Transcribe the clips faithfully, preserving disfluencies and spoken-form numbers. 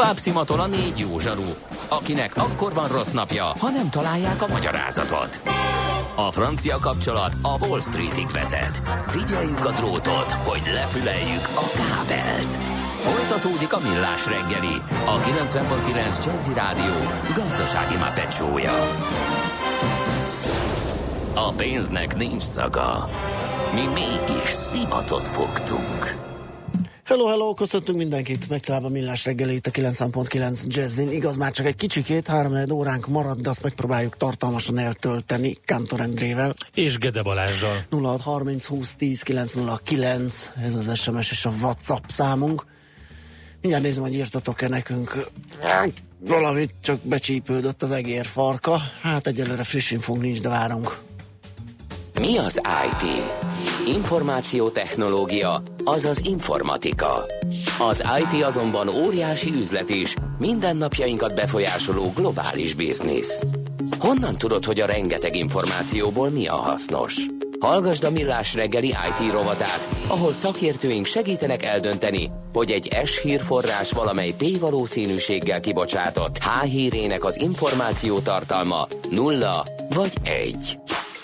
Tovább szimatol a négy jó zsaru, akinek akkor van rossz napja, ha nem találják a magyarázatot. A francia kapcsolat a Wall Streetig vezet. Figyeljük a drótot, hogy lefüleljük a kábelt. Folytatódik a Millás reggeli, a kilencven pont kilenc Jazzy Rádió gazdasági mápecsója. A pénznek nincs szaga. Mi mégis szimatot fogtunk. Hello, hello, köszöntünk mindenkit, megy tovább a Millás reggeli itt a kilencven pont kilenc Jazzin. Igaz, már csak egy kicsikét, három óránk marad, de azt megpróbáljuk tartalmasan eltölteni Kántor Endrével. És Gede Balázsral. nulla hat harminc húsz tíz kilenc nulla kilenc, ez az es em es és a WhatsApp számunk. Mindjárt nézem, hogy írtatok-e nekünk valamit, csak becsípődött az egér farka. Hát egyelőre friss infónk nincs, de várunk. Mi az i té? Információtechnológia, azaz informatika. Az i té azonban óriási üzlet is, mindennapjainkat befolyásoló globális biznisz. Honnan tudod, hogy a rengeteg információból mi a hasznos? Hallgasd a Millás reggeli i té rovatát, ahol szakértőink segítenek eldönteni, hogy egy S-hírforrás valamely P-valószínűséggel kibocsátott H-hírének az információ tartalma nulla vagy egy.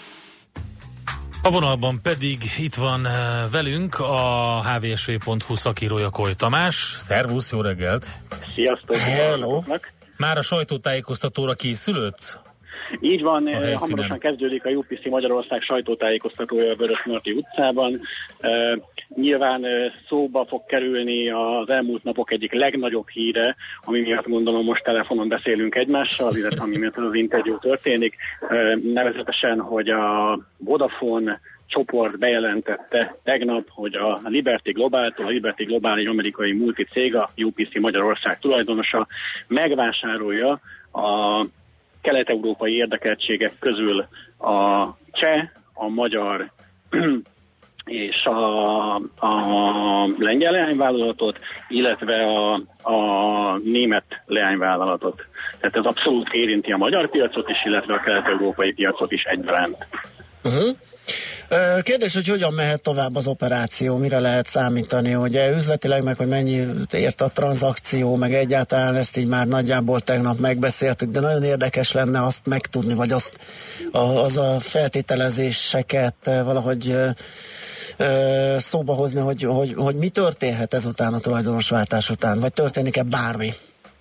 A vonalban pedig itt van velünk a há vé es vé pont hú szakírója, Koly Tamás. Szervusz, jó reggelt! Sziasztok! Hello! Már a sajtótájékoztatóra készülődsz? Így van, hamarosan kezdődik a u pé cé Magyarország sajtótájékoztatója a Vörösmarty utcában. Uh, nyilván uh, szóba fog kerülni az elmúlt napok egyik legnagyobb híre, ami miatt gondolom most telefonon beszélünk egymással, illetve ami miatt az interjú történik. Uh, nevezetesen, hogy a Vodafone csoport bejelentette tegnap, hogy a Liberty Global-tól, a Liberty Global egy amerikai multicég, a u pé cé Magyarország tulajdonosa megvásárolja a kelet-európai érdekeltségek közül a cseh, a magyar és a, a lengyel leányvállalatot, illetve a, a német leányvállalatot. Tehát ez abszolút érinti a magyar piacot is, illetve a kelet-európai piacot is egyaránt. Uh-huh. Kérdés, hogy hogyan mehet tovább az operáció, mire lehet számítani, ugye üzletileg meg, hogy mennyi ért a tranzakció, meg egyáltalán ezt így már nagyjából tegnap megbeszéltük, de nagyon érdekes lenne azt megtudni, vagy azt a, az a feltételezéseket valahogy ö, szóba hozni, hogy, hogy, hogy mi történhet ezután a tulajdonosváltás után, vagy történik-e bármi?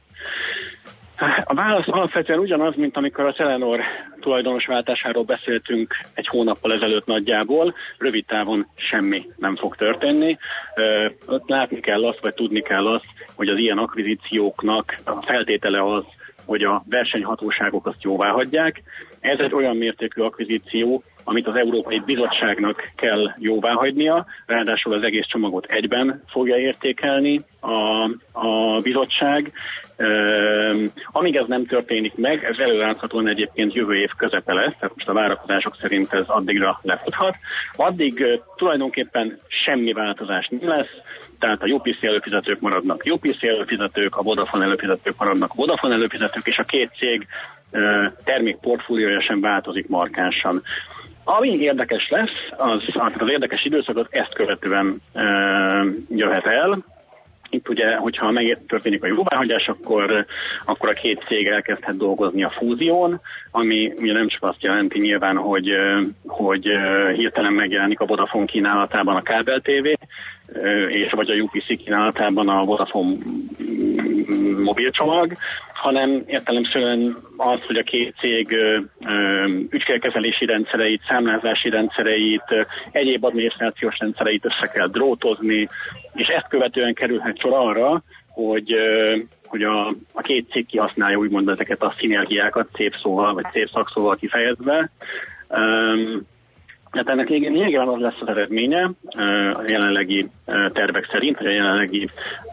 A válasz alapvetően ugyanaz, mint amikor a Telenor tulajdonosváltásáról beszéltünk egy hónappal ezelőtt nagyjából. Rövid távon semmi nem fog történni. Látni kell azt, vagy tudni kell azt, hogy az ilyen akvizícióknak a feltétele az, hogy a versenyhatóságok azt jóvá hagyják. Ez egy olyan mértékű akvizíció, amit az Európai Bizottságnak kell jóváhagynia, ráadásul az egész csomagot egyben fogja értékelni a, a bizottság. Uh, amíg ez nem történik meg, ez előráthatóan egyébként jövő év közepe lesz, tehát most a várakozások szerint ez addigra lefuthat. Addig uh, tulajdonképpen semmi változás nem lesz, tehát a u pé cé előfizetők maradnak u pé cé előfizetők, a Vodafone előfizetők maradnak Vodafone előfizetők, és a két cég uh, termékportfóliója sem változik markánsan. Ami érdekes lesz, az, az érdekes időszakot ezt követően uh, jöhet el. Itt ugye, hogyha megtörténik a jóváhagyás, akkor, akkor a két cég elkezdhet dolgozni a fúzión, ami ugye nem csak azt jelenti nyilván, hogy, hogy hirtelen megjelenik a Vodafone kínálatában a kábel té vé, és vagy a u pé cé kínálatában a Vodafone mobilcsomag, hanem értelemszerűen az, hogy a két cég ö, ö, ügyfélkezelési rendszereit, számlázási rendszereit, ö, egyéb adminisztrációs rendszereit össze kell drótozni, és ezt követően kerülhet sor arra, hogy, ö, hogy a, a két cég kihasználja úgymond ezeket a szinergiákat szép szóval, vagy szép szakszóval kifejezve. Um, Hát ennek lényegében az lesz az eredménye a jelenlegi tervek szerint, vagy a jelenlegi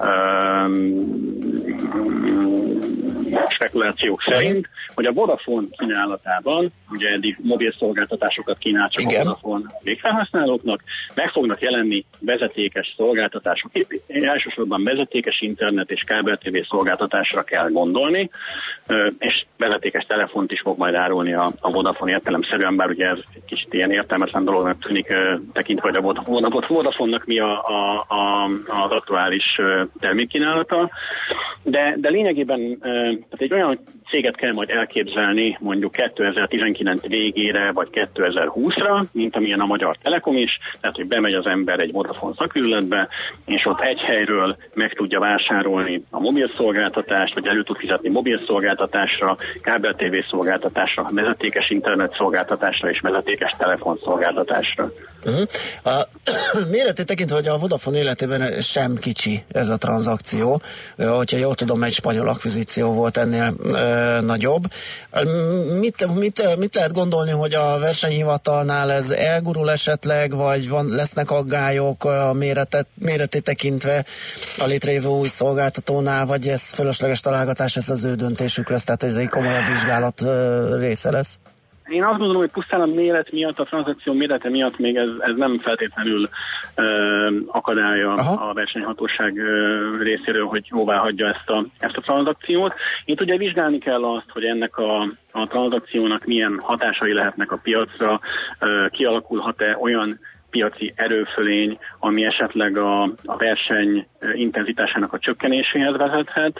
um, spekulációk szerint, hogy a Vodafone kínálatában, ugye eddig mobil szolgáltatásokat kínál csak Igen. a Vodafone végfelhasználóknak, meg fognak jelenni vezetékes szolgáltatások. Elsősorban vezetékes internet és kábel té vé szolgáltatásra kell gondolni, és vezetékes telefont is fog majd árulni a, a Vodafone értelemszerűen, bár ugye ez egy kicsit ilyen értelmetlen dolognak tűnik, tekintve, hogy a Vodafone-nak mi a, a, a, az aktuális termékkínálata. De, de lényegében tehát egy olyan céget kell majd elképzelni mondjuk kétezer-tizenkilenc végére vagy kétezer-húszra, mint amilyen a Magyar Telekom is, tehát hogy bemegy az ember egy Vodafone szakügyletbe, és ott egy helyről meg tudja vásárolni a mobilszolgáltatást, vagy elő tud fizetni mobilszolgáltatásra, kábel té vé szolgáltatásra, vezetékes internet szolgáltatásra és vezetékes telefonszolgáltatásra. Uh-huh. A méretét tekintve, hogy a Vodafone életében sem kicsi ez a tranzakció, hogyha jól tudom, egy spanyol akvizíció volt ennél e, nagyobb. Mit, mit, mit lehet gondolni, hogy a versenyhivatalnál ez elgurul esetleg, vagy van, lesznek aggályok a méretet, méretét tekintve a létrejövő új szolgáltatónál, vagy ez fölösleges találgatás, ez az ő döntésük lesz, tehát ez egy komolyabb vizsgálat e, része lesz? Én azt gondolom, hogy pusztán a méret miatt, a tranzakció mérete miatt még ez, ez nem feltétlenül ö, akadálya Aha. a versenyhatóság ö, részéről, hogy jóvá hagyja ezt a, ezt a tranzakciót. Itt ugye vizsgálni kell azt, hogy ennek a, a tranzakciónak milyen hatásai lehetnek a piacra, ö, kialakulhat-e olyan piaci erőfölény, ami esetleg a, a verseny intenzitásának a csökkenéséhez vezethet.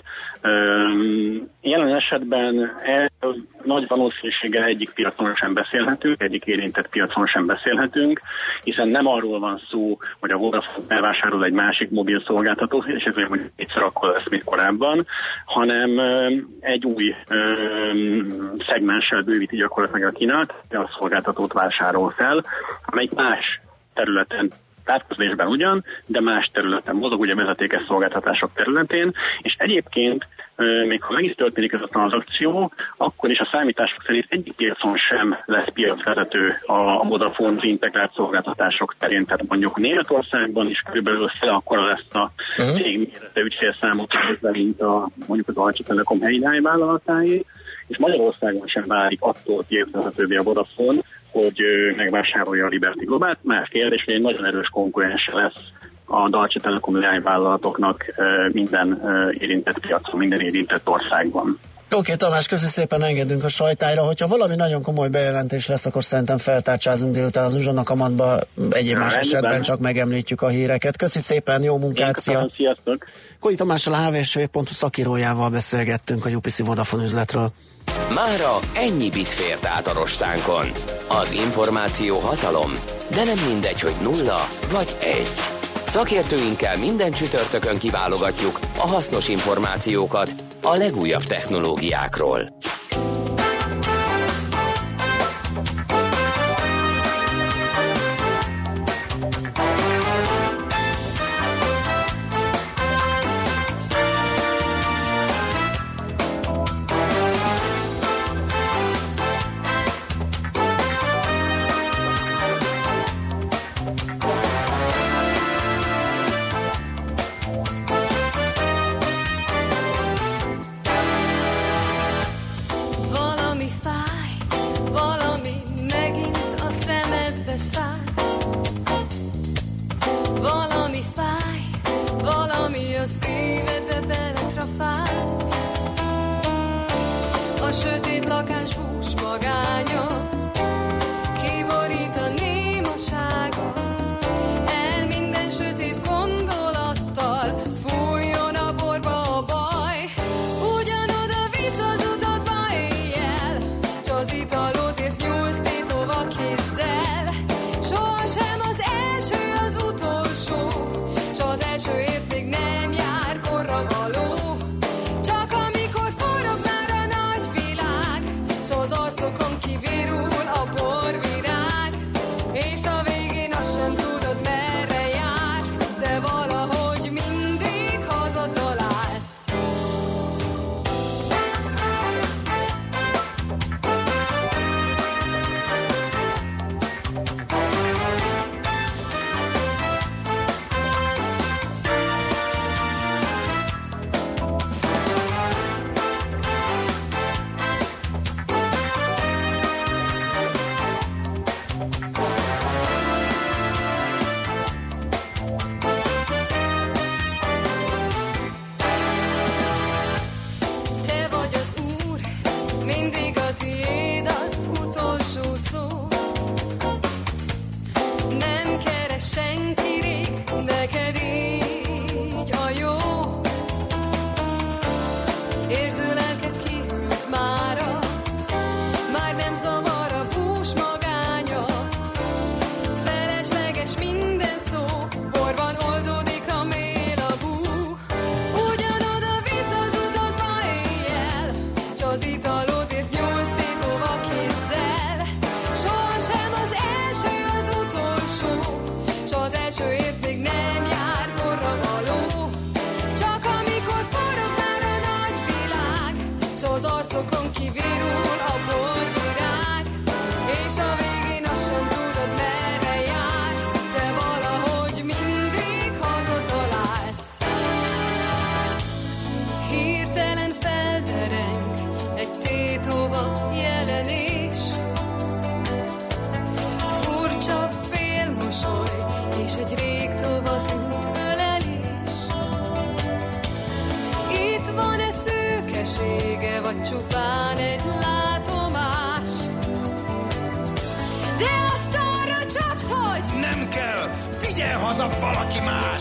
Jelen esetben nagy valószínűséggel egyik piacon sem beszélhetünk, egyik érintett piacon sem beszélhetünk, hiszen nem arról van szó, hogy a Vodafone elvásárol egy másik mobil szolgáltatót, és ez mondjuk egyszer akkor lesz, mint korábban, hanem egy új szegmenssel bővíti gyakorlatilag a kínálat, a szolgáltatót vásárol fel, amelyik más területen, távközlésben ugyan, de más területen mozog, ugye vezetékes szolgáltatások területén, és egyébként még ha meg is történik ez a tranzakció, akkor is a számítások szerint egyik piacon sem lesz piacvezető a Vodafone integrált szolgáltatások terén, tehát mondjuk Németországban is körülbelül fele akkora lesz a uh-huh. cég mérete ügyfélszámot, mint a, mondjuk a Deutsche Telekom helyi vállalatáé, és Magyarországon sem válik attól piacvezetővé a Vodafone, hogy megvásárolja a Liberty Globalt. Más kérdés, hogy egy nagyon erős konkurense lesz a Deutsche Telekom leányvállalatoknak minden érintett piacon, minden érintett országban. Oké, okay, Tamás, köszi szépen, engedünk a sajtájra. Hogyha valami nagyon komoly bejelentés lesz, akkor szerintem feltárcsázunk délután az Uzsonnakamatba, egyéb más esetben csak megemlítjük a híreket. Köszi szépen, jó munkát, szia! Sziasztok! Koi Tamással, a há vé es vé pont hu szakírójával beszélgettünk a u pé cé Vodafone üzletről. Mára ennyi bit fért át a rostánkon. Az információ hatalom, de nem mindegy, hogy nulla vagy egy. Szakértőinkkel minden csütörtökön kiválogatjuk a hasznos információkat a legújabb technológiákról. Csak amikor forog már a nagy világ, s az arcokon kivérul Érző lelket kihűlt mára, már nem zavar a bús magánya. Felesleges minden szó, borban oldódik a mélabú. Ugyanoda visz az utatba éjjel, s az italodért nyúlsz tétova kézzel. Sohasem az első az utolsó, s az elsőért még nem jár korra való. Csak amikor forog már a nagy világ, s az arcokon kivirul a borvirág, és a végén azt sem tudod, merre jársz, de valahogy mindig hazatalálsz. Hirtelen feldereng egy tétova jelenés, furcsa félmosoly és egy rég tova tűnt ölelés. Itt van-e szőkesége, vagy csupán egy látomás? De azt arra csapsz, hogy Nem kell! Vigyen haza valaki más!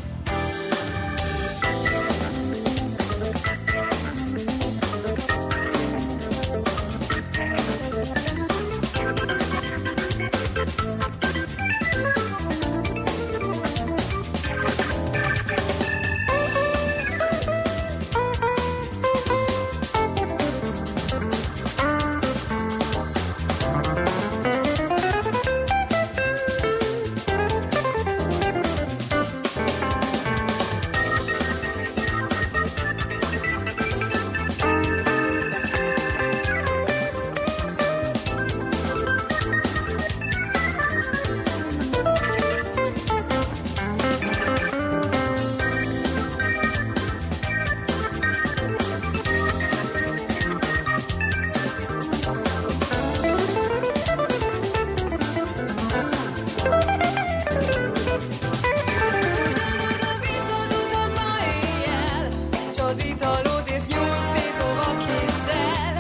ugyanoda visz az utatba éjjel, s az italodért nyúlsz tétova kézzel.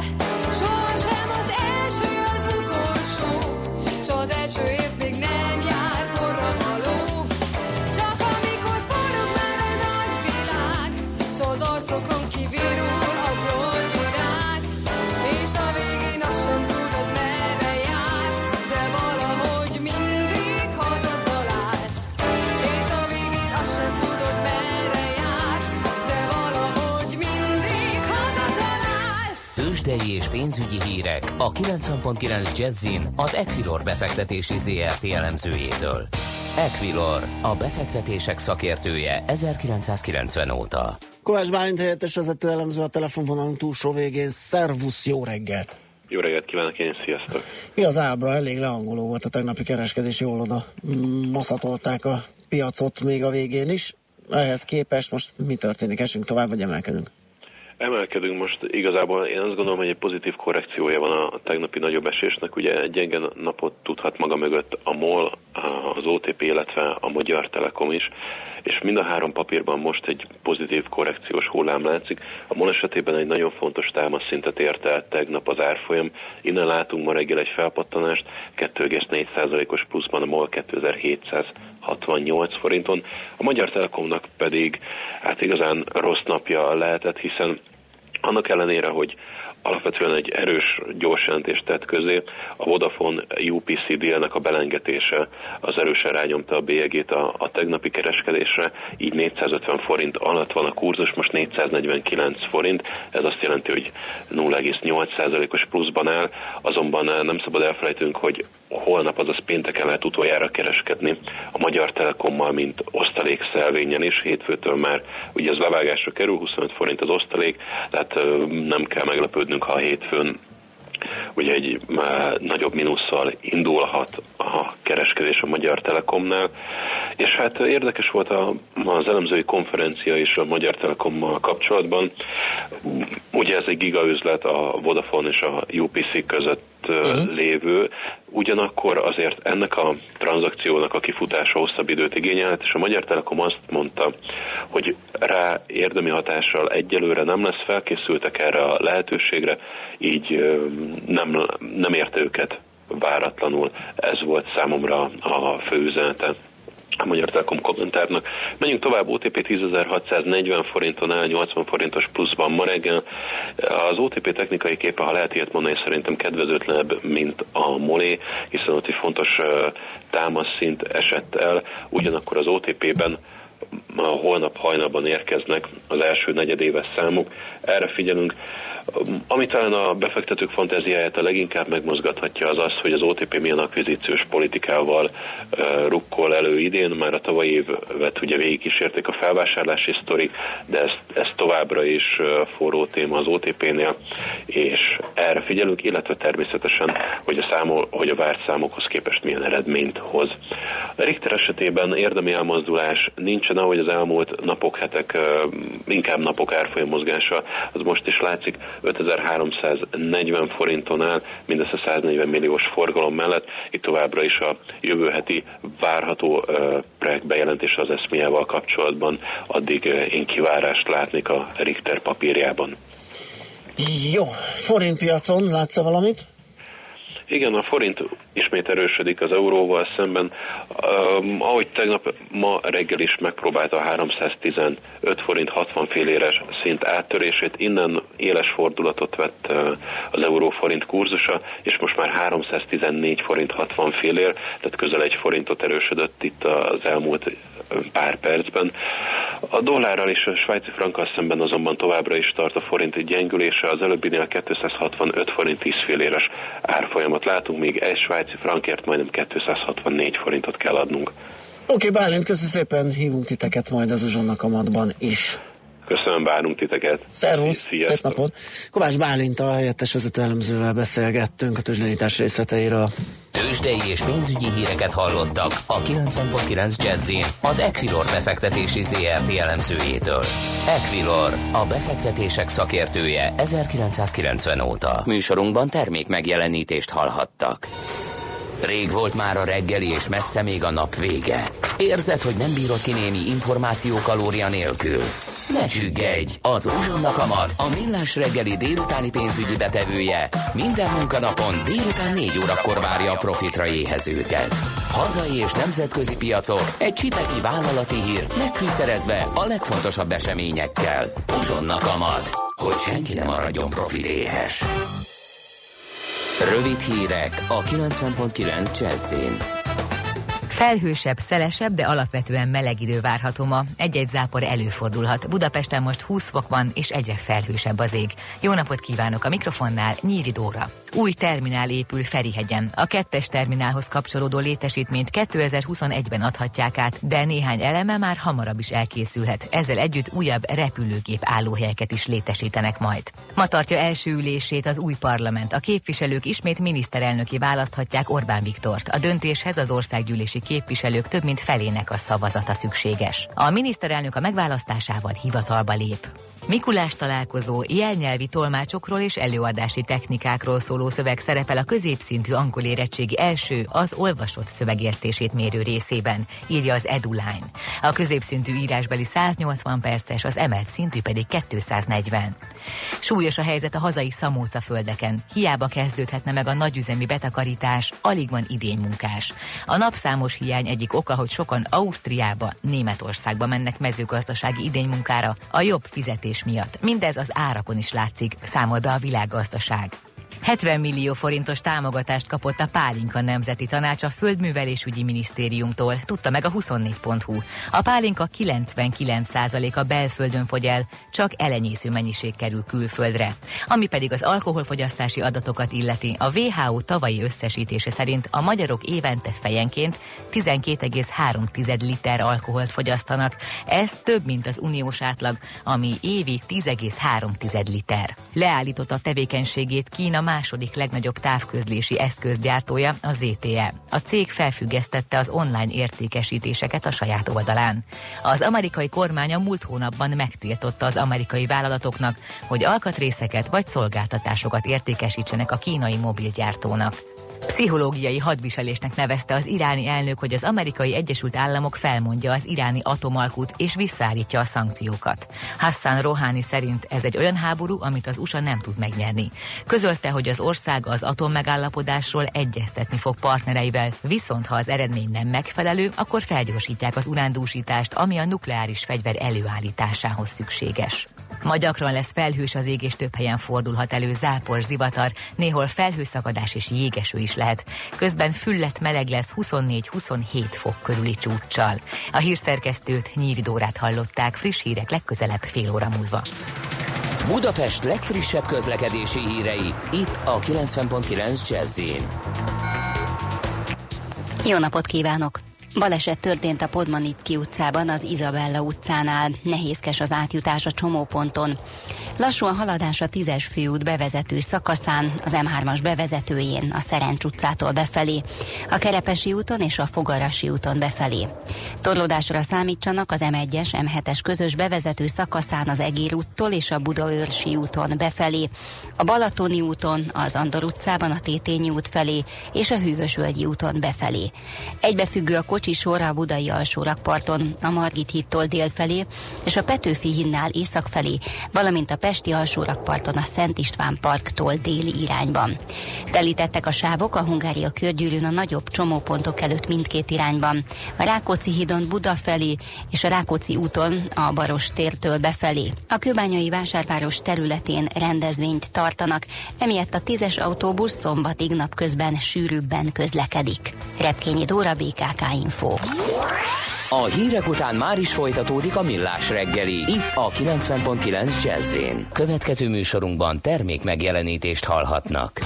Sohasem az első az utolsó, s az elsőért még nem jár korra való. Csak amikor forog már a nagy világ, s az arcokon kivirul a borvirág, és a végén azt sem tudod, merre jársz, de valahogy mindig hazatalálsz. És a végén azt sem tudod, merre jársz, de valahogy mindig hazatalálsz. Tőzsdei és pénzügyi hírek a kilencven pont kilenc Jazzin az Equilor befektetési zé er té elemzőjétől. Equilor, a befektetések szakértője ezerkilencszázkilencven óta. Kovács Bálint helyettes vezető elemző a telefonvonalunk túlsó végén. Szervusz, jó reggelt! Jó reggelt kívánok én, sziasztok! Mi az ábra? Elég leangoló volt a tegnapi kereskedés, jól oda mm, maszatolták a piacot még a végén is. Ehhez képest most mi történik? Esünk tovább, vagy emelkedünk? Emelkedünk most, igazából én azt gondolom, hogy egy pozitív korrekciója van a tegnapi nagyobb esésnek. Ugye egy gyenge napot tudhat maga mögött a MOL, az o té pé, illetve a Magyar Telekom is, és mind a három papírban most egy pozitív korrekciós hullám látszik. A MOL esetében egy nagyon fontos támaszszintet ért el tegnap az árfolyam. Innen látunk ma reggel egy felpattanást, kettő egész négy százalékos pluszban a MOL kétezer-hétszázhatvannyolc forinton. A Magyar Telekomnak pedig hát igazán rossz napja lehetett, hiszen annak ellenére, hogy alapvetően egy erős, gyors jelentést tett közé, a Vodafone u pé cé dealnek a belengetése az erősen rányomta a bélyegét a, a tegnapi kereskedésre, így négyszázötven forint alatt van a kurzus, most négyszáznegyvenkilenc forint, ez azt jelenti, hogy nulla egész nyolc százalékos pluszban áll, azonban nem szabad elfelejtünk, hogy holnap, azaz pénteken lehet utoljára kereskedni a Magyar Telekommal, mint osztalékszelvényen is, hétfőtől már ugye ez levágásra kerül, huszonöt forint az osztalék, tehát nem kell meglepődnünk, ha a hétfőn ugye egy már nagyobb mínusszal indulhat a kereskedés a Magyar Telekomnál, és hát érdekes volt a, az elemzői konferencia is a Magyar Telekommal kapcsolatban. Ugye ez egy gigaüzlet a Vodafone és a u pé cé között uh-huh. lévő, ugyanakkor azért ennek a tranzakciónak a kifutása hosszabb időt igényelt, és a Magyar Telekom azt mondta, hogy rá érdemi hatással egyelőre nem lesz, felkészültek erre a lehetőségre, így nem, nem érte őket váratlanul. Ez volt számomra a fő üzenete a Magyar Telekom kommentárnak. Menjünk tovább, o té pé tízezer-hatszáznegyven forinton áll, nyolcvan forintos pluszban ma reggel. Az o té pé technikai képe, ha lehet ilyet mondani, szerintem kedvezőtlenebb, mint a MOLé, hiszen ott egy fontos uh, támaszszint esett el, ugyanakkor az o té pében a holnap hajnalban érkeznek az első negyedéves számok. Erre figyelünk. Ami talán a befektetők fantáziáját a leginkább megmozgathatja, az az, hogy az o té pé milyen akvizíciós politikával uh, rukkol elő idén. Már a tavalyi évet ugye végig kísérték a felvásárlási sztorik, de ez, ez továbbra is uh, forró téma az o té pénél, és erre figyelünk, illetve természetesen, hogy a, számol, hogy a várt számokhoz képest milyen eredményt hoz. A Richter esetében érdemi elmozdulás nincsen, ahogy az elmúlt napok, hetek, uh, inkább napok árfolyam mozgása, az most is látszik, ötezer-háromszáznegyven forinton áll, mindössze száznegyven milliós forgalom mellett. Itt továbbra is a jövő heti várható uh, projekt bejelentése az eszméjával kapcsolatban, addig uh, én kivárást látnék a Richter papírjában. Jó, forintpiacon látsz-e valamit? Igen, a forint ismét erősödik az euróval szemben. Um, ahogy tegnap, ma reggel is megpróbálta a háromszáztizenöt forint hatvan filléres szint áttörését, innen éles fordulatot vett uh, az euró-forint kurzusa, és most már háromszáztizennégy forint hatvan fillér, tehát közel egy forintot erősödött itt az elmúlt pár percben. A dollárral és a svájci frankkal szemben azonban továbbra is tart a forint gyengülése, az előbbinél kétszázhatvanöt forint tíz filléres árfolyamat látunk, még egy svájci frankért majdnem kétszázhatvannégy forintot kell adnunk. Oké, okay, Bálint, köszönöm szépen, hívunk titeket majd az Uzsonna kamatban is. Köszönöm, várunk titeket. Szervusz, szép napot. Kovács Bálint, a helyettes vezető elemzővel beszélgettünk a tőzsdenyítás részleteiről. Tőzsdei és pénzügyi híreket hallottak a kilencven pont kilenc Jazzin az Equilor befektetési zé er té elemzőjétől. Equilor, a befektetések szakértője ezerkilencszázkilencven óta. Műsorunkban termék megjelenítést hallhattak. Rég volt már a reggeli, és messze még a nap vége. Érzed, hogy nem bírod ki némi információkalória nélkül? Ne csüggedj! Az Uzsonna Kamat, a millás reggeli délutáni pénzügyi betevője minden munkanapon délután négy órakor várja a profitra éhezőket. Hazai és nemzetközi piacok, egy csipeki vállalati hír, megfűszerezve a legfontosabb eseményekkel. Uzsonna Kamat, hogy senki ne maradjon profitéhes. Rövid hírek a kilencven pont kilenc Jazzin. Felhősebb, szelesebb, de alapvetően meleg idő várható ma. Egy-egy zápor előfordulhat. Budapesten most húsz fok van, és egyre felhősebb az ég. Jó napot kívánok, a mikrofonnál Nyíri Dóra. Új terminál épül Ferihegyen. A kettes terminálhoz kapcsolódó létesítményt kétezer-huszonegyben adhatják át, de néhány eleme már hamarabb is elkészülhet. Ezzel együtt újabb repülőgép állóhelyeket is létesítenek majd. Ma tartja első ülését az új parlament. A képviselők ismét miniszterelnöki választhatják Orbán Viktort. A döntéshez az országgyűlési képviselők több mint felének a szavazata szükséges. A miniszterelnök a megválasztásával hivatalba lép. Mikulás találkozó, jelnyelvi tolmácsokról és előadási technikákról szóló szöveg szerepel a középszintű angol érettségi első, az olvasott szövegértését mérő részében, írja az EduLine. A középszintű írásbeli száznyolcvan perces, az emelt szintű pedig kétszáznegyven. Súlyos a helyzet a hazai Szamóca földeken. Hiába kezdődhetne meg a nagyüzemi betakarítás, alig van idénymunkás. A napszámos hiány egyik oka, hogy sokan Ausztriába, Németországba mennek mezőgazdasági idénymunkára a jobb fizetés miatt. Mindez az árakon is látszik, számol be a Világgazdaság. hetven millió forintos támogatást kapott a Pálinka Nemzeti Tanács a Földművelésügyi Minisztériumtól, tudta meg a huszonnégy pont hu. A pálinka kilencvenkilenc százaléka belföldön fogy el, csak elenyésző mennyiség kerül külföldre. Ami pedig az alkoholfogyasztási adatokat illeti, a vé há ó tavalyi összesítése szerint a magyarok évente fejenként tizenkét egész három liter alkoholt fogyasztanak. Ez több, mint az uniós átlag, ami évi tíz egész három liter. Leállította a tevékenységét Kína második legnagyobb távközlési eszközgyártója, a zé té e. A cég felfüggesztette az online értékesítéseket a saját oldalán. Az amerikai kormány a múlt hónapban megtiltotta az amerikai vállalatoknak, hogy alkatrészeket vagy szolgáltatásokat értékesítsenek a kínai mobilgyártónak. Pszichológiai hadviselésnek nevezte az iráni elnök, hogy az Amerikai Egyesült Államok felmondja az iráni atomalkut és visszaállítja a szankciókat. Hassan Rouhani szerint ez egy olyan háború, amit az u es á nem tud megnyerni. Közölte, hogy az ország az atommegállapodásról egyeztetni fog partnereivel, viszont ha az eredmény nem megfelelő, akkor felgyorsítják az urándúsítást, ami a nukleáris fegyver előállításához szükséges. Ma gyakran lesz felhős az ég, és több helyen fordulhat elő zápor, zivatar, néhol felhőszakadás és jégeső is lehet. Közben füllet meleg lesz huszonnégy-huszonhét fok körüli csúccsal. A hírszerkesztőt, Nyíri Dórát hallották, friss hírek legközelebb fél óra múlva. Budapest legfrissebb közlekedési hírei, itt a kilencven pont kilenc Jazz-in. Jó napot kívánok! Baleset történt a Podmanicki utcában, az Izabella utcánál. Nehézkes az átjutás a csomóponton. Lassú a haladás a tízes főút bevezető szakaszán, az em hármas bevezetőjén, a Szerencs utcától befelé, a Kerepesi úton és a Fogarasi úton befelé. Torlódásra számítsanak az em egyes, em hetes közös bevezető szakaszán az Egér úttól és a Budaörsi úton befelé, a Balatoni úton, az Andor utcában a Tétényi út felé és a Hűvösvölgyi úton befelé. Egybefüggő a kocsisor a Budai alsórakparton, a Margit hídtól dél felé és a Petőfi hídnál észak felé, valamint a Pesti alsórakparton a Szent István parktól déli irányban. Telítettek a sávok a Hungária körgyűrűn a nagyobb csomópontok előtt mindkét irányban, a Rákóczi hídon Buda felé és a Rákóczi úton a Baros tértől befelé. A kőbányai vásárváros területén rendezvényt tartanak, emiatt a tízes autóbusz szombatig napközben sűrűbben közlekedik. Repkényi Dóra, bé ká ká Info. A hírek után már is folytatódik a Millás reggeli, itt a kilencven pont kilenc Jazz-én. Következő műsorunkban termék megjelenítést hallhatnak.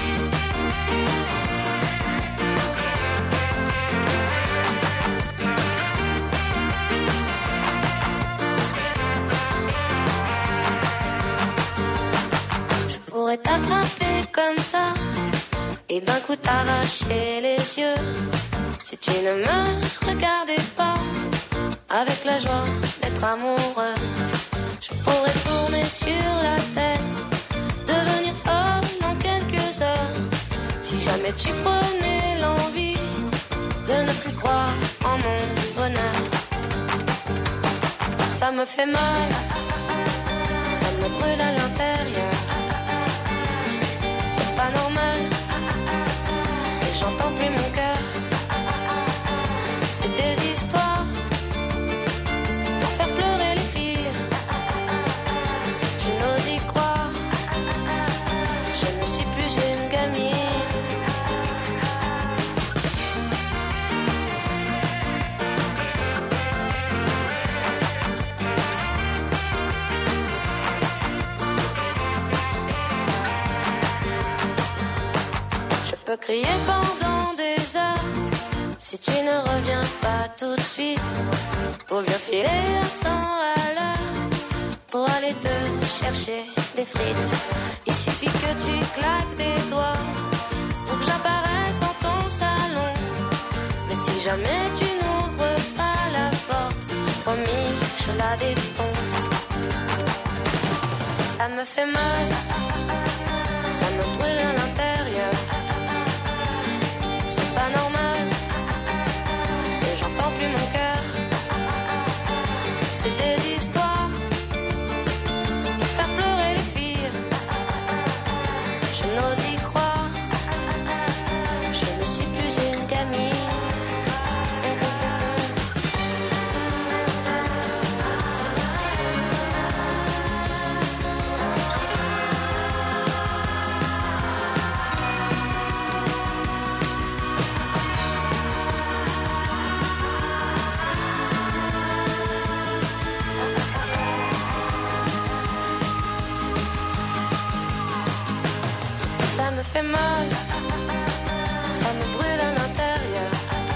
Pourrais t'attraper comme ça et d'un coup t'arracher les yeux si tu ne me regardais pas avec la joie d'être amoureux. Je pourrais tourner sur la tête, devenir folle en quelques heures si jamais tu prenais l'envie de ne plus croire en mon bonheur. Ça me fait mal, ça me brûle à l'intérieur. C'est pas normal, et j'entends plus mon cœur. C'est des histoires pour faire pleurer les filles. Je n'ose y croire, je ne suis plus une gamine. Je peux crier pendant des heures si tu ne reviens pas tout de suite, pour bien filer à cent à l'heure, pour aller te chercher des frites. Il suffit que tu claques des doigts pour que j'apparaisse dans ton salon. Mais si jamais tu n'ouvres pas la porte, promis, je la défonce. Ça me fait mal, ça me brûle à l'intérieur. C'est pas normal, j'entends plus mon cœur. C'est des histoires pour faire pleurer les filles. Je n'ose y croire, je ne suis plus une gamine. Ça me fait mal, ça me brûle à l'intérieur.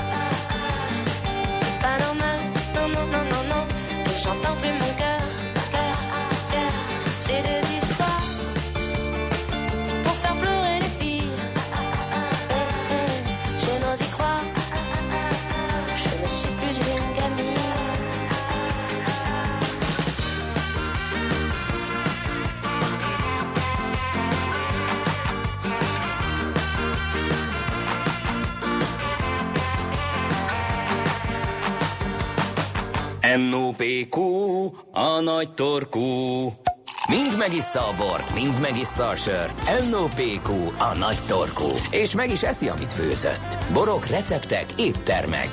C'est pas normal, non, non, non, non, non. Et j'entends plus mon cœur, cœur, cœur. C'est des histoires pour faire pleurer les filles. Hum, hum, je n'ose y croire, je ne suis plus une gamine. en o pé kú, a nagy torkú. Mind megissza a bort, mind megissza a sört. en o pé kú, a nagy torkú. És meg is eszi, amit főzött. Borok, receptek, éttermek.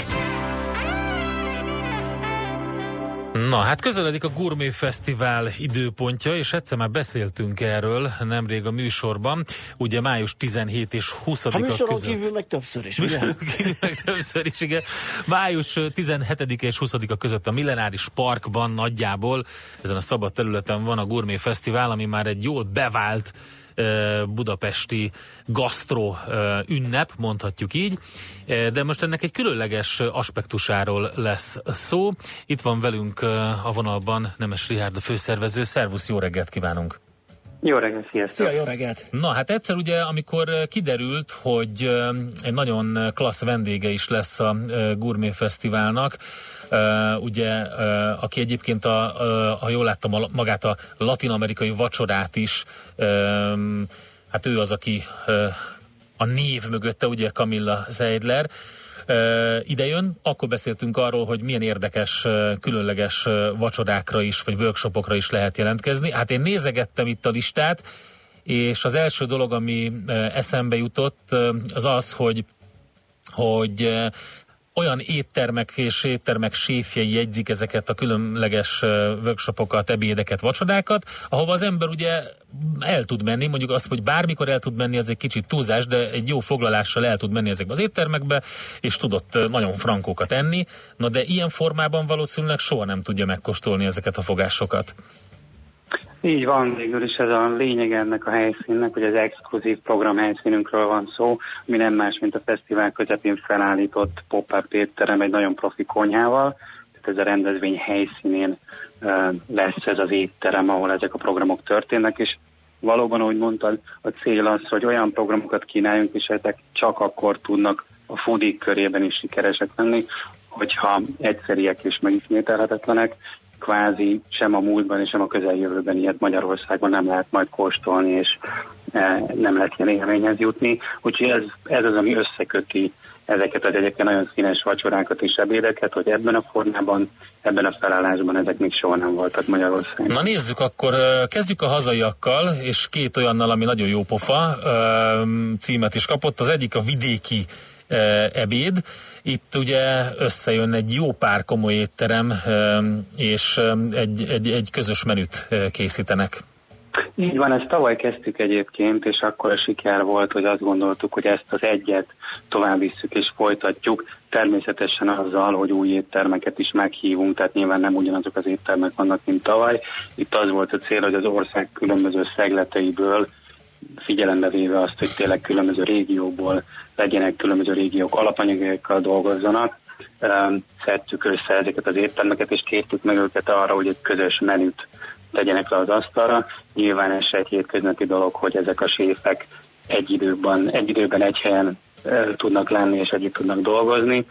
Na, hát közeledik a Gourmet Fesztivál időpontja, és egyszer már beszéltünk erről nemrég a műsorban, ugye május tizenhetedike és huszadika között. A műsoron kívül meg többször is, ugye? Kívül meg többször is, igen. május tizenhetedike és huszadika között a Millenáris Parkban nagyjából, ezen a szabad területen van a Gourmet Fesztivál, ami már egy jól bevált budapesti gasztro ünnep, mondhatjuk így, de most ennek egy különleges aspektusáról lesz szó. Itt van velünk a vonalban Nemes Richárd, a főszervező. Szervusz, jó reggelt kívánunk! Jó reggelt, sziasztok! Szia, jó reggelt! Na, hát egyszer ugye, amikor kiderült, hogy egy nagyon klassz vendége is lesz a Gourmet Fesztiválnak, Uh, ugye, uh, aki egyébként, a, uh, ha jól láttam, a, magát a latin-amerikai vacsorát is, um, hát ő az, aki uh, a név mögötte, ugye Camilla Seidler, uh, idejön, akkor beszéltünk arról, hogy milyen érdekes, uh, különleges uh, vacsorákra is, vagy workshopokra is lehet jelentkezni. Hát én nézegettem itt a listát, és az első dolog, ami uh, eszembe jutott, uh, az az, hogy, hogy uh, olyan éttermek és éttermek séfjei jegyzik ezeket a különleges workshopokat, ebédeket, vacsorákat, ahova az ember ugye el tud menni, mondjuk azt, hogy bármikor el tud menni, az egy kicsit túlzás, de egy jó foglalással el tud menni ezekbe az éttermekbe, és tudott nagyon frankókat enni, na de ilyen formában valószínűleg soha nem tudja megkóstolni ezeket a fogásokat. Így van, végül is ez a lényeg ennek a helyszínnek, hogy az exkluzív program helyszínünkről van szó, ami nem más, mint a fesztivál közepén felállított pop-up étterem egy nagyon profi konyhával. Tehát ez a rendezvény helyszínén uh, lesz ez az étterem, ahol ezek a programok történnek, és valóban, ahogy mondtad, a cél az, hogy olyan programokat kínáljunk, és ezek csak akkor tudnak a foodie körében is sikeresek lenni, hogyha egyszeriek és megismételhetetlenek, kvázi sem a múltban és sem a közeljövőben ilyet Magyarországon nem lehet majd kóstolni, és e, nem lehet ilyen élményhez jutni. Úgyhogy ez, ez az, ami összeköti ezeket az egyébként nagyon színes vacsorákat és ebédeket, hogy ebben a formában, ebben a felállásban ezek még soha nem voltak Magyarországon. Na nézzük, akkor kezdjük a hazaiakkal, és két olyannal, ami nagyon jó pofa címet is kapott. Az egyik a vidéki ebéd. Itt ugye összejön egy jó pár komoly étterem, és egy, egy, egy közös menüt készítenek. Így van, ezt tavaly kezdtük egyébként, és akkor a siker volt, hogy azt gondoltuk, hogy ezt az egyet tovább visszük és folytatjuk. Természetesen azzal, hogy új éttermeket is meghívunk, tehát nyilván nem ugyanazok az éttermek vannak, mint tavaly. Itt az volt a cél, hogy az ország különböző szegleteiből, figyelembe véve azt, hogy tényleg különböző régióból legyenek, különböző régiók alapanyagaikkal dolgozzanak. Szedtük össze ezeket az éttermeket, és kértük meg őket arra, hogy egy közös menüt tegyenek le az asztalra. Nyilván ez se egy hétköznapi dolog, hogy ezek a séfek egy időben, egy időben egy helyen tudnak lenni, és együtt tudnak dolgozni.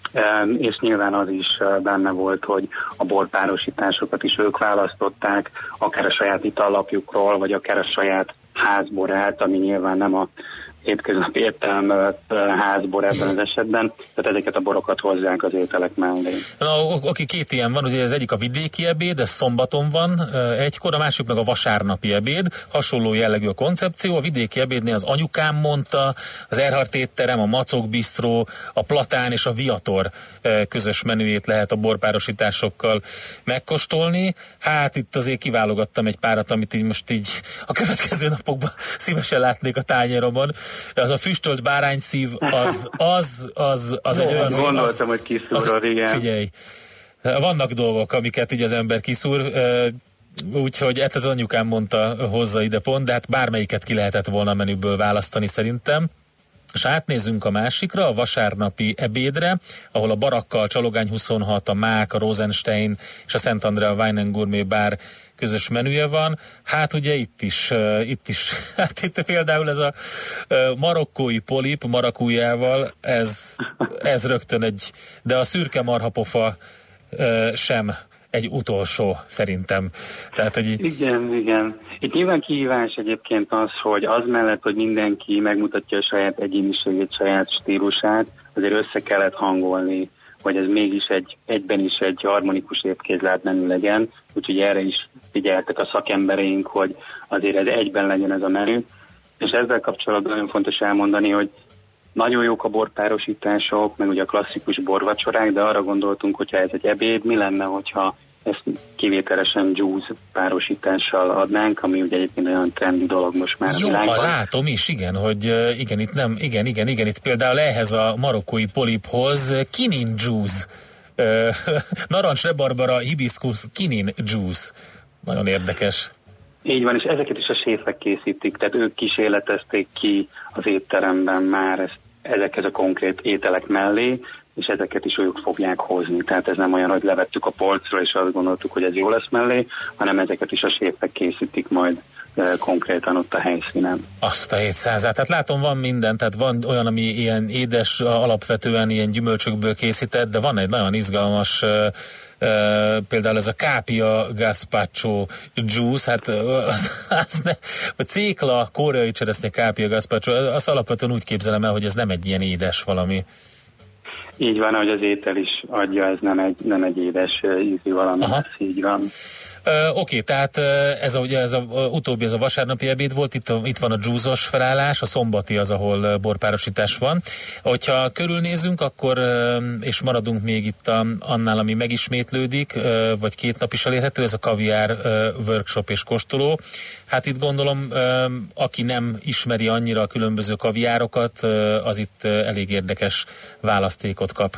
És nyilván az is benne volt, hogy a borpárosításokat is ők választották, akár a saját itallapjukról, vagy akár a saját házborát, ami nyilván nem a hétköznapi értelmű házbor ebben az esetben, tehát ezeket a borokat hozzák az ételek mellé. Na, oké, két ilyen van, ugye az egyik a vidéki ebéd, ez szombaton van egykor, a másik meg a vasárnapi ebéd, hasonló jellegű a koncepció, a vidéki ebédnél az anyukám mondta, az Erhardt étterem, a Macok Bistró, a Platán és a Viator közös menüjét lehet a borpárosításokkal megkóstolni. Hát itt azért kiválogattam egy párat, amit így most így a következő napokban szívesen látnék a tányéromon. Az a füstölt bárányszív, az, az, az, az Jó, egy olyan... Gondoltam, az, hogy kiszúrod, igen. Figyelj, vannak dolgok, amiket így az ember kiszúr, úgyhogy ez az anyukám mondta, hozza ide pont, de hát bármelyiket ki lehetett volna a menüből választani szerintem. És átnézzünk a másikra, a vasárnapi ebédre, ahol a Barakkal, Csalogány huszonhat, a Mák, a Rosenstein és a Szent Andrea Wine and Gourmet Bar közös menüje van. Hát ugye itt is, uh, itt is, hát itt például ez a uh, marokkói polip marakújával, ez, ez rögtön egy, de a szürke marhapofa uh, sem egy utolsó, szerintem. Tehát, hogy így... Igen, igen. Itt nyilván kihívás egyébként az, hogy az mellett, hogy mindenki megmutatja a saját egyéniségét, saját stílusát, azért össze kellett hangolni hogy ez mégis egy, egyben is egy harmonikus étkézlált menü legyen, úgyhogy erre is figyeltek a szakembereink, hogy azért ez egyben legyen ez a menü, és ezzel kapcsolatban nagyon fontos elmondani, hogy nagyon jók a borpárosítások, meg ugye a klasszikus borvacsorák, de arra gondoltunk, hogyha ez egy ebéd, mi lenne, hogyha ezt kivételesen juice párosítással adnánk, ami ugye egyébként olyan trendi dolog most már Jó, a világban. látom is, igen, hogy uh, igen, itt nem, igen, igen, igen, itt például ehhez a marokkói poliphoz uh, kinin juice, uh, narancs, rebarbara, hibiskusz, kinin juice. Nagyon érdekes. Így van, és ezeket is a séfek készítik, tehát ők kísérletezték ki az étteremben már ezt, ezekhez a konkrét ételek mellé, és ezeket is ők fogják hozni. Tehát ez nem olyan, hogy levettük a polcról, és azt gondoltuk, hogy ez jó lesz mellé, hanem ezeket is a séfek készítik majd e, konkrétan ott a helyszínen. Azt a hétszázat. Tehát látom, van minden, tehát van olyan, ami ilyen édes, alapvetően ilyen gyümölcsökből készített, de van egy nagyon izgalmas e, e, például ez a kápia gazpacho juice, hát az, az ne, a cékla, koreai cseresznye kápia gazpacho, azt alapvetően úgy képzelem el, hogy ez nem egy ilyen édes valami. Így van, hogy az étel is adja, ez nem egy, nem egy édes ízű valami, ez így van. Uh, Oké, okay, tehát uh, ez, a, ugye, ez a uh, utóbbi, ez a vasárnapi ebéd volt, itt, a, itt van a dzsúzos felállás, a szombati az, ahol uh, borpárosítás van. Hogyha körülnézünk, akkor, uh, és maradunk még itt a, annál, ami megismétlődik, uh, vagy két nap is elérhető, ez a kaviár uh, workshop és kóstoló. Hát itt gondolom, uh, aki nem ismeri annyira a különböző kaviárokat, uh, az itt uh, elég érdekes választékot kap.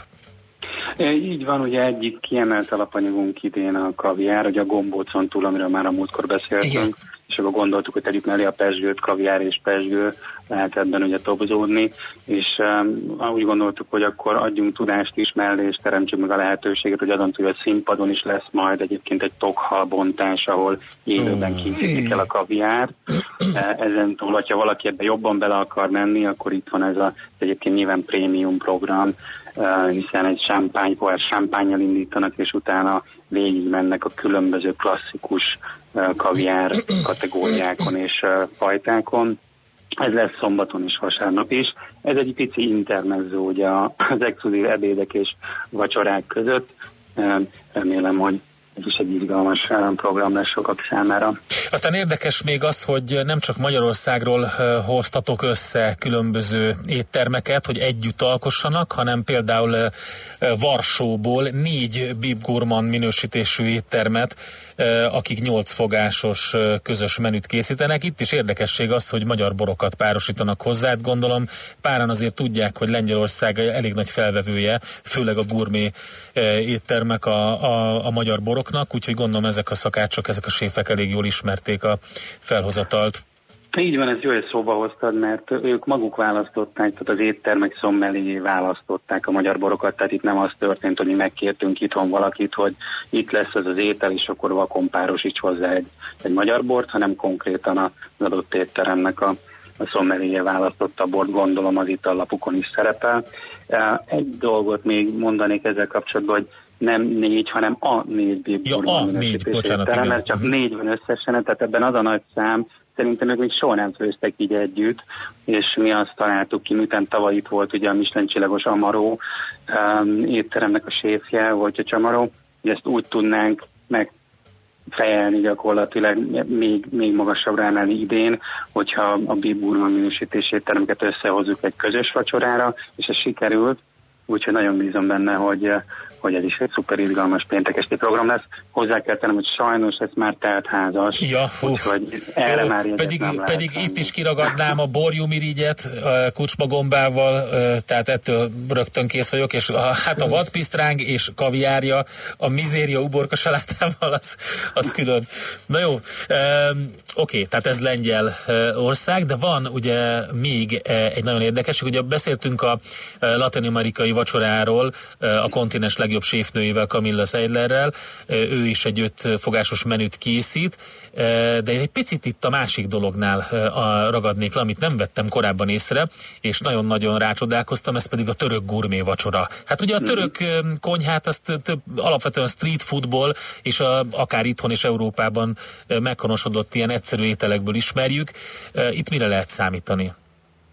Így van, ugye egyik kiemelt alapanyagunk idén a kaviár, ugye a gombócon túl, amiről már a múltkor beszéltünk, igen. És akkor gondoltuk, hogy tegyük mellé a pezsgőt, kaviár és pezsgő, lehet ebben ugye tobzódni, és um, úgy gondoltuk, hogy akkor adjunk tudást is mellé, és teremtsük meg a lehetőséget, hogy azon túl a színpadon is lesz majd egyébként egy tokhal bontás, ahol élőben készítik el a kaviár. Ezen túl, hogyha valaki ebbe jobban bele akar menni, akkor itt van ez a egyébként nyilván prémium program, Uh, hiszen egy sámpány, pohár sámpánnyal indítanak, és utána végig mennek a különböző klasszikus uh, kaviár kategóriákon és uh, fajtákon. Ez lesz szombaton és vasárnap is. Ez egy pici intermezzo ugye az exkluzív ebédek és vacsorák között. Uh, remélem, hogy ez is egy izgalmas program lesz sokak számára. Aztán érdekes még az, hogy nem csak Magyarországról hoztatok össze különböző éttermeket, hogy együtt alkossanak, hanem például Varsóból négy Bib Gourmand minősítésű éttermet, akik nyolc fogásos közös menüt készítenek. Itt is érdekesség az, hogy magyar borokat párosítanak hozzá. Gondolom páran azért tudják, hogy Lengyelország elég nagy felvevője, főleg a gurmé éttermek a, a, a magyar boroknak, úgyhogy gondolom ezek a szakácsok, ezek a séfek elég jól ismerték a felhozatalt. Így van, ez jó, hogy szóba hoztad, mert ők maguk választották, tehát az éttermek szommeléjé választották a magyar borokat, tehát itt nem az történt, hogy mi megkértünk itthon valakit, hogy itt lesz ez az étel, és akkor vakon párosíts hozzá egy, egy magyar bort, hanem konkrétan az adott étteremnek a, a szommeléjé választotta a bort, gondolom az itallapukon is szerepel. Egy dolgot még mondanék ezzel kapcsolatban, hogy nem négy, hanem a négy Bib Gourmand minősítésű étterem, mert csak négy van összesen, tehát ebben az a nagy szám. Szerintem ők még soha nem főztek így együtt, és mi azt találtuk ki, miután tavaly itt volt ugye a Michelin csillagos Amaró um, étteremnek a séfje, volt a Csamaró, hogy ezt úgy tudnánk megfejelni gyakorlatilag még, még magasabbra emelni idén, hogyha a Bib Gourmand minősítésű étteremeket összehozzuk egy közös vacsorára, és ez sikerült, úgyhogy nagyon bízom benne, hogy hogy ez is egy szuper izgalmas péntekesti program lesz. Hozzá kell tennem, hogy sajnos ez már teltházas, ja, úgyhogy erre Ó, már pedig, nem lehet pedig tenni. Itt is kiragadnám a borjumirigyet kucsmagombával, tehát ettől rögtön kész vagyok, és a, hát a vadpisztráng és kaviárja, a mizéria uborka salátával, az, az külön. Na jó, um, oké, okay, tehát ez lengyel ország, de van ugye még egy nagyon érdekes, ugye beszéltünk a latin-amerikai vacsoráról, a kontinens legjobb séfnőjével, Camilla Seidlerrel, ő is egy öt fogásos menüt készít, de egy picit itt a másik dolognál ragadnék le, amit nem vettem korábban észre, és nagyon-nagyon rácsodálkoztam, ez pedig a török gurmé vacsora. Hát ugye a török konyhát azt több, alapvetően street foodból, és a, akár itthon és Európában meghonosodott ilyen egyszerű ételekből ismerjük. Itt mire lehet számítani?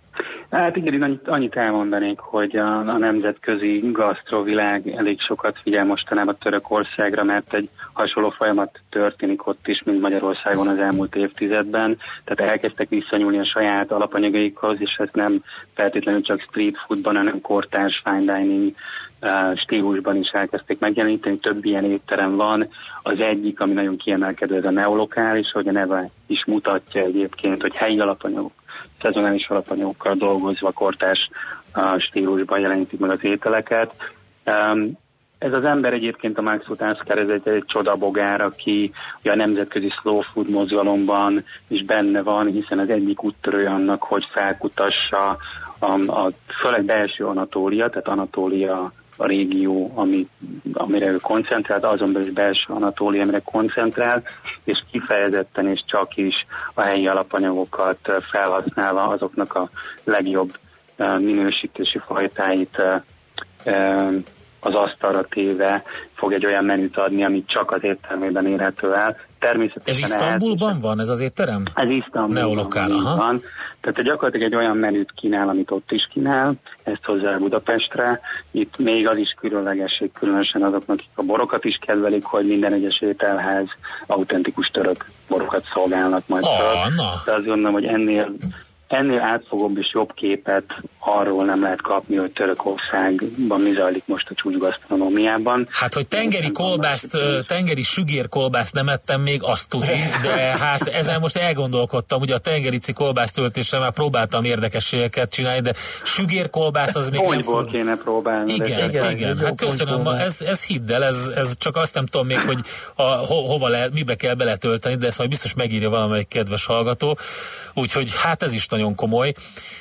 Hát igen, én annyit, annyit elmondanék, hogy a, a nemzetközi gasztrovilág elég sokat figyel mostanában Törökországra, mert egy hasonló folyamat történik ott is, mint Magyarországon az elmúlt évtizedben. Tehát elkezdtek visszanyúlni a saját alapanyagaikhoz, és ez nem feltétlenül csak street foodban, hanem kortárs fine dining uh, stílusban is elkezdték megjeleníteni. Több ilyen étterem van. Az egyik, ami nagyon kiemelkedő, ez a neolokális, hogy a neve is mutatja egyébként, hogy helyi alapanyagok, szezonális alapanyagokkal dolgozva kortárs uh, stílusban jelenítik meg az ételeket. Um, ez az ember egyébként, a Max Utánszkár, ez egy, egy csodabogár, aki ugye a nemzetközi slow food mozgalomban is benne van, hiszen az egyik úttörő annak, hogy felkutassa a, a főleg belső Anatólia, tehát Anatólia a régió, ami, amire ő koncentrál, azon belül belső Anatólia, amire koncentrál, és kifejezetten és csak is a helyi alapanyagokat felhasználva azoknak a legjobb uh, minősítési fajtáit uh, az asztalra téve fog egy olyan menüt adni, amit csak az éttermében érhető el. Természetesen ez Isztambulban ez, van ez az étterem? Ez Isztambulban van. Tehát gyakorlatilag egy olyan menüt kínál, amit ott is kínál, ezt hozzá Budapestre. Itt még az is különlegesség, különösen azoknak, akik a borokat is kedvelik, hogy minden egyes ételház autentikus török borokat szolgálnak majd oh, föl. Na. De azt gondolom, hogy ennél Ennél átfogóbb és jobb képet arról nem lehet kapni, hogy Törökországban mi zajlik most a csúcsgasztronómiában. Hát, hogy tengeri kolbászt, tengeri sügérkolbászt nem ettem még, azt tudni, de hát ezen most elgondolkodtam, ugye a tengerici kolbászt töltésre már próbáltam érdekességeket csinálni, de sügérkolbász az még nem fog... kéne próbálni. Igen, igen, igen. Hát köszönöm, ez, ez hidd el, ez, ez csak azt nem tudom még, hogy a, ho, hova lehet, mibe kell beletölteni, de ezt majd biztos megírja valamelyik kedves hallgató, úgyhogy hát ez is nagyon komoly.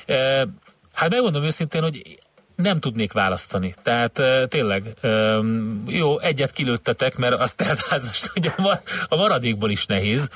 Hát megmondom őszintén, hogy nem tudnék választani. Tehát tényleg jó, egyet kilőttetek, mert az teltházas, hogy a maradékból is nehéz.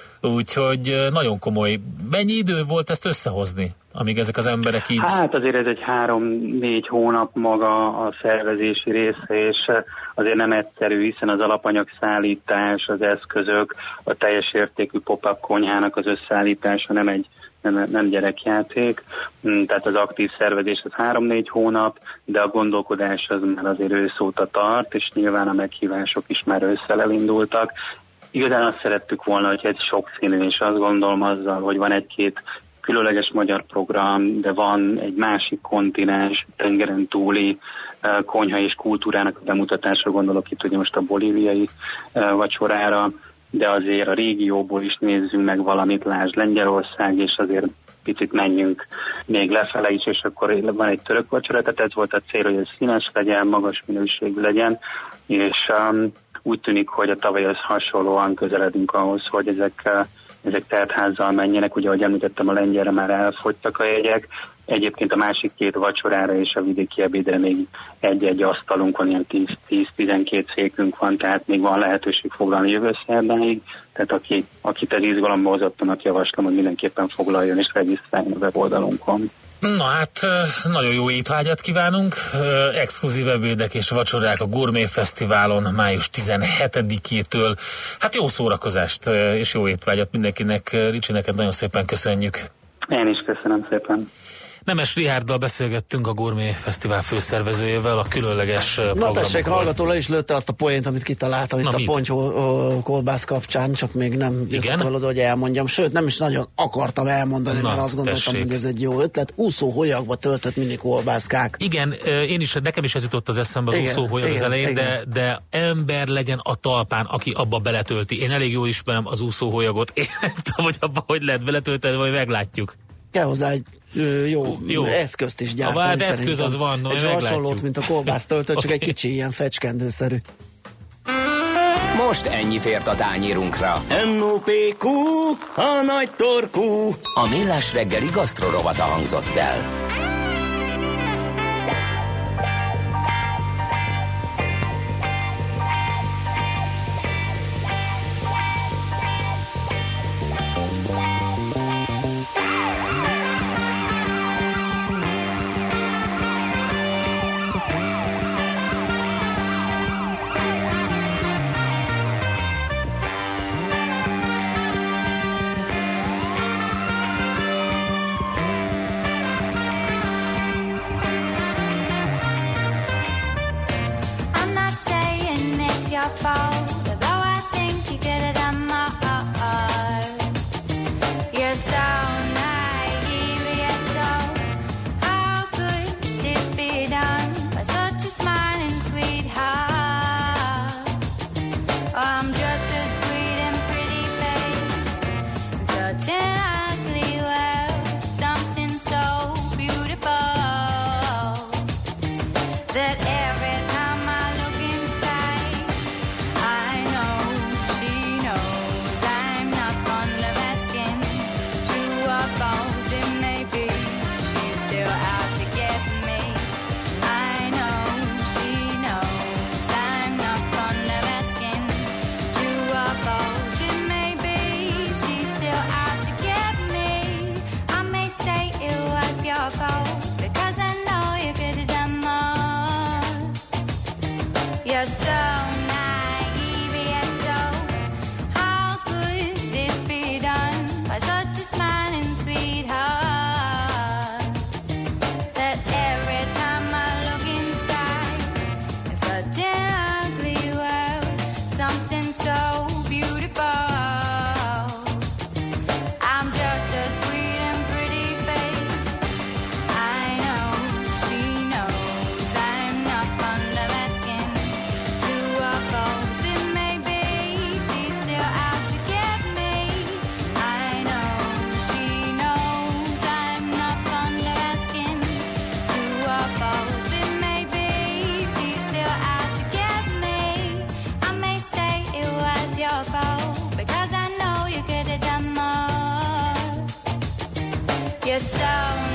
Úgyhogy nagyon komoly. Mennyi idő volt ezt összehozni, amíg ezek az emberek így... Hát azért ez egy három-négy hónap maga a szervezési része, és azért nem egyszerű, hiszen az alapanyagszállítás, az eszközök, a teljes értékű pop-up konyhának az összeállítása nem egy nem, nem gyerekjáték, tehát az aktív szervezés az három-négy hónap, de a gondolkodás az már azért ősz óta tart, és nyilván a meghívások is már ősszel elindultak. Igazán azt szerettük volna, hogy ez sokszínű, és azt gondolom azzal, hogy van egy-két különleges magyar program, de van egy másik kontinens, tengeren túli uh, konyha és kultúrának a bemutatásra, gondolok itt ugye most a bolíviai uh, vacsorára, de azért a régióból is nézzünk meg valamit, lásd Lengyelország, és azért picit menjünk még lefele is, és akkor van egy török vacsora, tehát ez volt a cél, hogy ez színes legyen, magas minőségű legyen, és um, úgy tűnik, hogy a tavalyhoz hasonlóan közeledünk ahhoz, hogy ezek, ezek teltházzal menjenek, ugye ahogy említettem, a lengyelre már elfogytak a jegyek, egyébként a másik két vacsorára és a vidéki ebédre még egy-egy asztalunk van, ilyen tíz-tizenkét székünk van, tehát még van lehetőség foglalni jövő szerdáig, tehát aki, akit ez izgalomba hozott, annak javaslom, hogy mindenképpen foglaljon és regisztráljon a weboldalunkon. Na hát, nagyon jó étvágyat kívánunk, exkluzív ebédek és vacsorák a Gourmet Fesztiválon május tizenhetedikétől. Hát jó szórakozást és jó étvágyat mindenkinek. Ricsi, neked nagyon szépen köszönjük. Én is köszönöm szépen. Nemes Richárddal beszélgettünk, a Gourmet Fesztivál főszervezőjével, a különleges programokról. Na tessék, hallgató le is lőtte azt a poént, amit kitaláltam itt a pontyó kolbász kapcsán, csak még nem jutott valóda, hogy elmondjam. Sőt, nem is nagyon akartam elmondani, Na, mert azt gondoltam, tessék. hogy ez egy jó ötlet. Úszóholyagba töltött mini kolbászkák. Igen, én is, nekem is ez jutott az eszembe az úszóholyag az elején, de, de ember legyen a talpán, aki abba beletölti. Én elég jól ismerem az úszóholyagot. Én nem tudom, hogy abba hogy lehet beletölteni, vagy meglátjuk. Kell hozzá egy ö, jó, jó eszközt is gyártani. A vád eszköz az van, no, egy hasonlót, mint a kolbász töltött, csak okay. egy kicsi ilyen fecskendőszerű. Most ennyi fért a tányérunkra. em o pé kú, a nagy torkú. A Millás reggeli gasztrorovata hangzott el. a sound